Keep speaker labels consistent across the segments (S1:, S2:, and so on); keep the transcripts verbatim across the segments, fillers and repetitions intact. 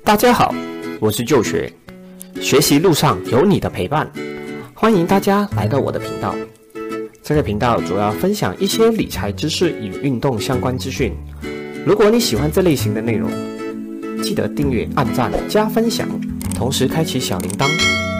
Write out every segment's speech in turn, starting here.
S1: 大家好，我是就学，学习路上有你的陪伴，欢迎大家来到我的频道。这个频道主要分享一些理财知识与运动相关资讯。如果你喜欢这类型的内容，记得订阅、按赞、加分享，同时开启小铃铛。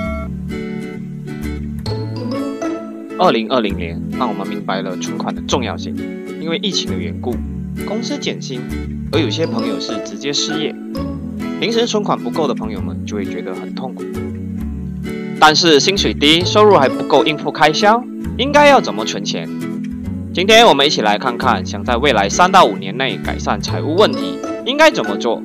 S2: 二零二零年让我们明白了存款的重要性，因为疫情的缘故，公司减薪，而有些朋友是直接失业，临时存款不够的朋友们就会觉得很痛苦。但是薪水低，收入还不够应付开销，应该要怎么存钱？今天我们一起来看看，想在未来三到五年内改善财务问题，应该怎么做。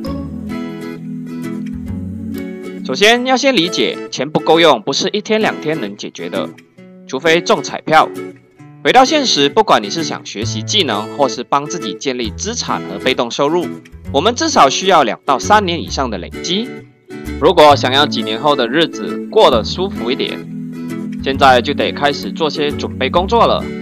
S2: 首先要先理解，钱不够用不是一天两天能解决的，除非中彩票。回到现实，不管你是想学习技能，或是帮自己建立资产和被动收入，我们至少需要两到三年以上的累积。如果想要几年后的日子过得舒服一点，现在就得开始做些准备工作了。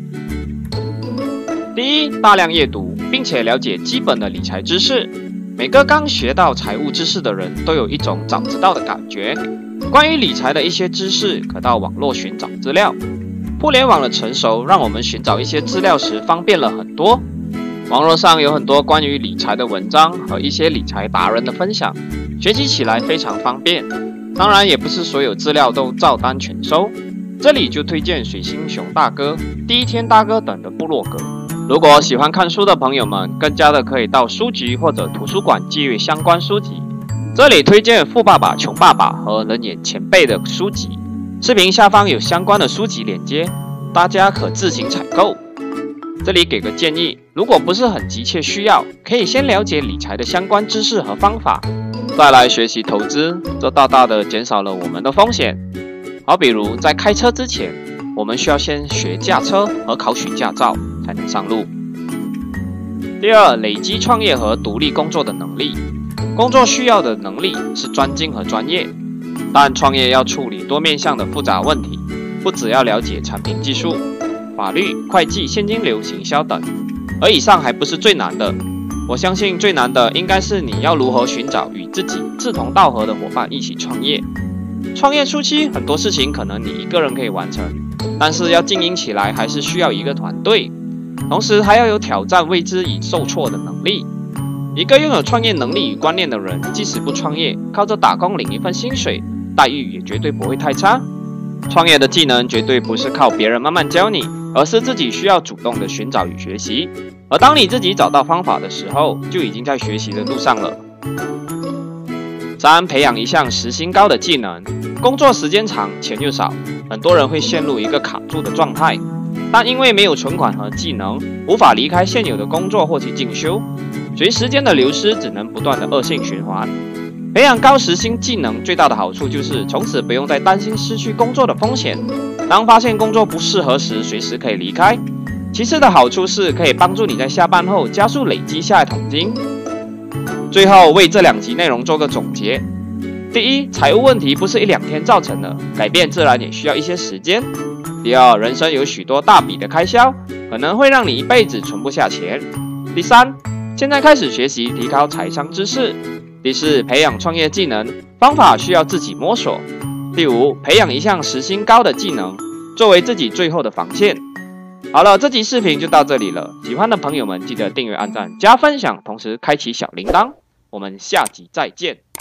S2: 第一，大量阅读，并且了解基本的理财知识。每个刚学到财务知识的人都有一种早知道的感觉。关于理财的一些知识，可到网络寻找资料。互联网的成熟，让我们寻找一些资料时方便了很多。网络上有很多关于理财的文章和一些理财达人的分享，学习起来非常方便。当然，也不是所有资料都照单全收。这里就推荐水星熊大哥、第一天大哥等的部落格。如果喜欢看书的朋友们，更加的可以到书局或者图书馆借阅相关书籍。这里推荐《富爸爸穷爸爸》和《人眼前辈》的书籍。视频下方有相关的书籍链接，大家可自行采购。这里给个建议，如果不是很急切需要，可以先了解理财的相关知识和方法，再来学习投资，这大大的减少了我们的风险。好比如在开车之前，我们需要先学驾车和考取驾照才能上路。第二，累积创业和独立工作的能力。工作需要的能力是专精和专业，但创业要处理多面向的复杂问题，不只要了解产品技术、法律、会计、现金流、行销等，而以上还不是最难的。我相信最难的应该是你要如何寻找与自己志同道合的伙伴一起创业。创业初期很多事情可能你一个人可以完成，但是要经营起来还是需要一个团队，同时还要有挑战未知与受挫的能力。一个拥有创业能力与观念的人，即使不创业，靠着打工领一份薪水，待遇也绝对不会太差。创业的技能绝对不是靠别人慢慢教你，而是自己需要主动的寻找与学习。而当你自己找到方法的时候，就已经在学习的路上了。三、培养一项时薪高的技能。工作时间长，钱又少，很多人会陷入一个卡住的状态。但因为没有存款和技能，无法离开现有的工作或去进修，随时间的流失，只能不断的恶性循环。培养高时薪技能最大的好处就是从此不用再担心失去工作的风险，当发现工作不适合时，随时可以离开。其次的好处是可以帮助你在下班后加速累积下一桶金。最后为这两集内容做个总结。第一，财务问题不是一两天造成的，改变自然也需要一些时间。第二，人生有许多大笔的开销，可能会让你一辈子存不下钱。第三，现在开始学习提高财商知识。第四，培养创业技能，方法需要自己摸索。第五，培养一项时薪高的技能，作为自己最后的防线。好了，这集视频就到这里了，喜欢的朋友们记得订阅、按赞、加分享，同时开启小铃铛。我们下集再见。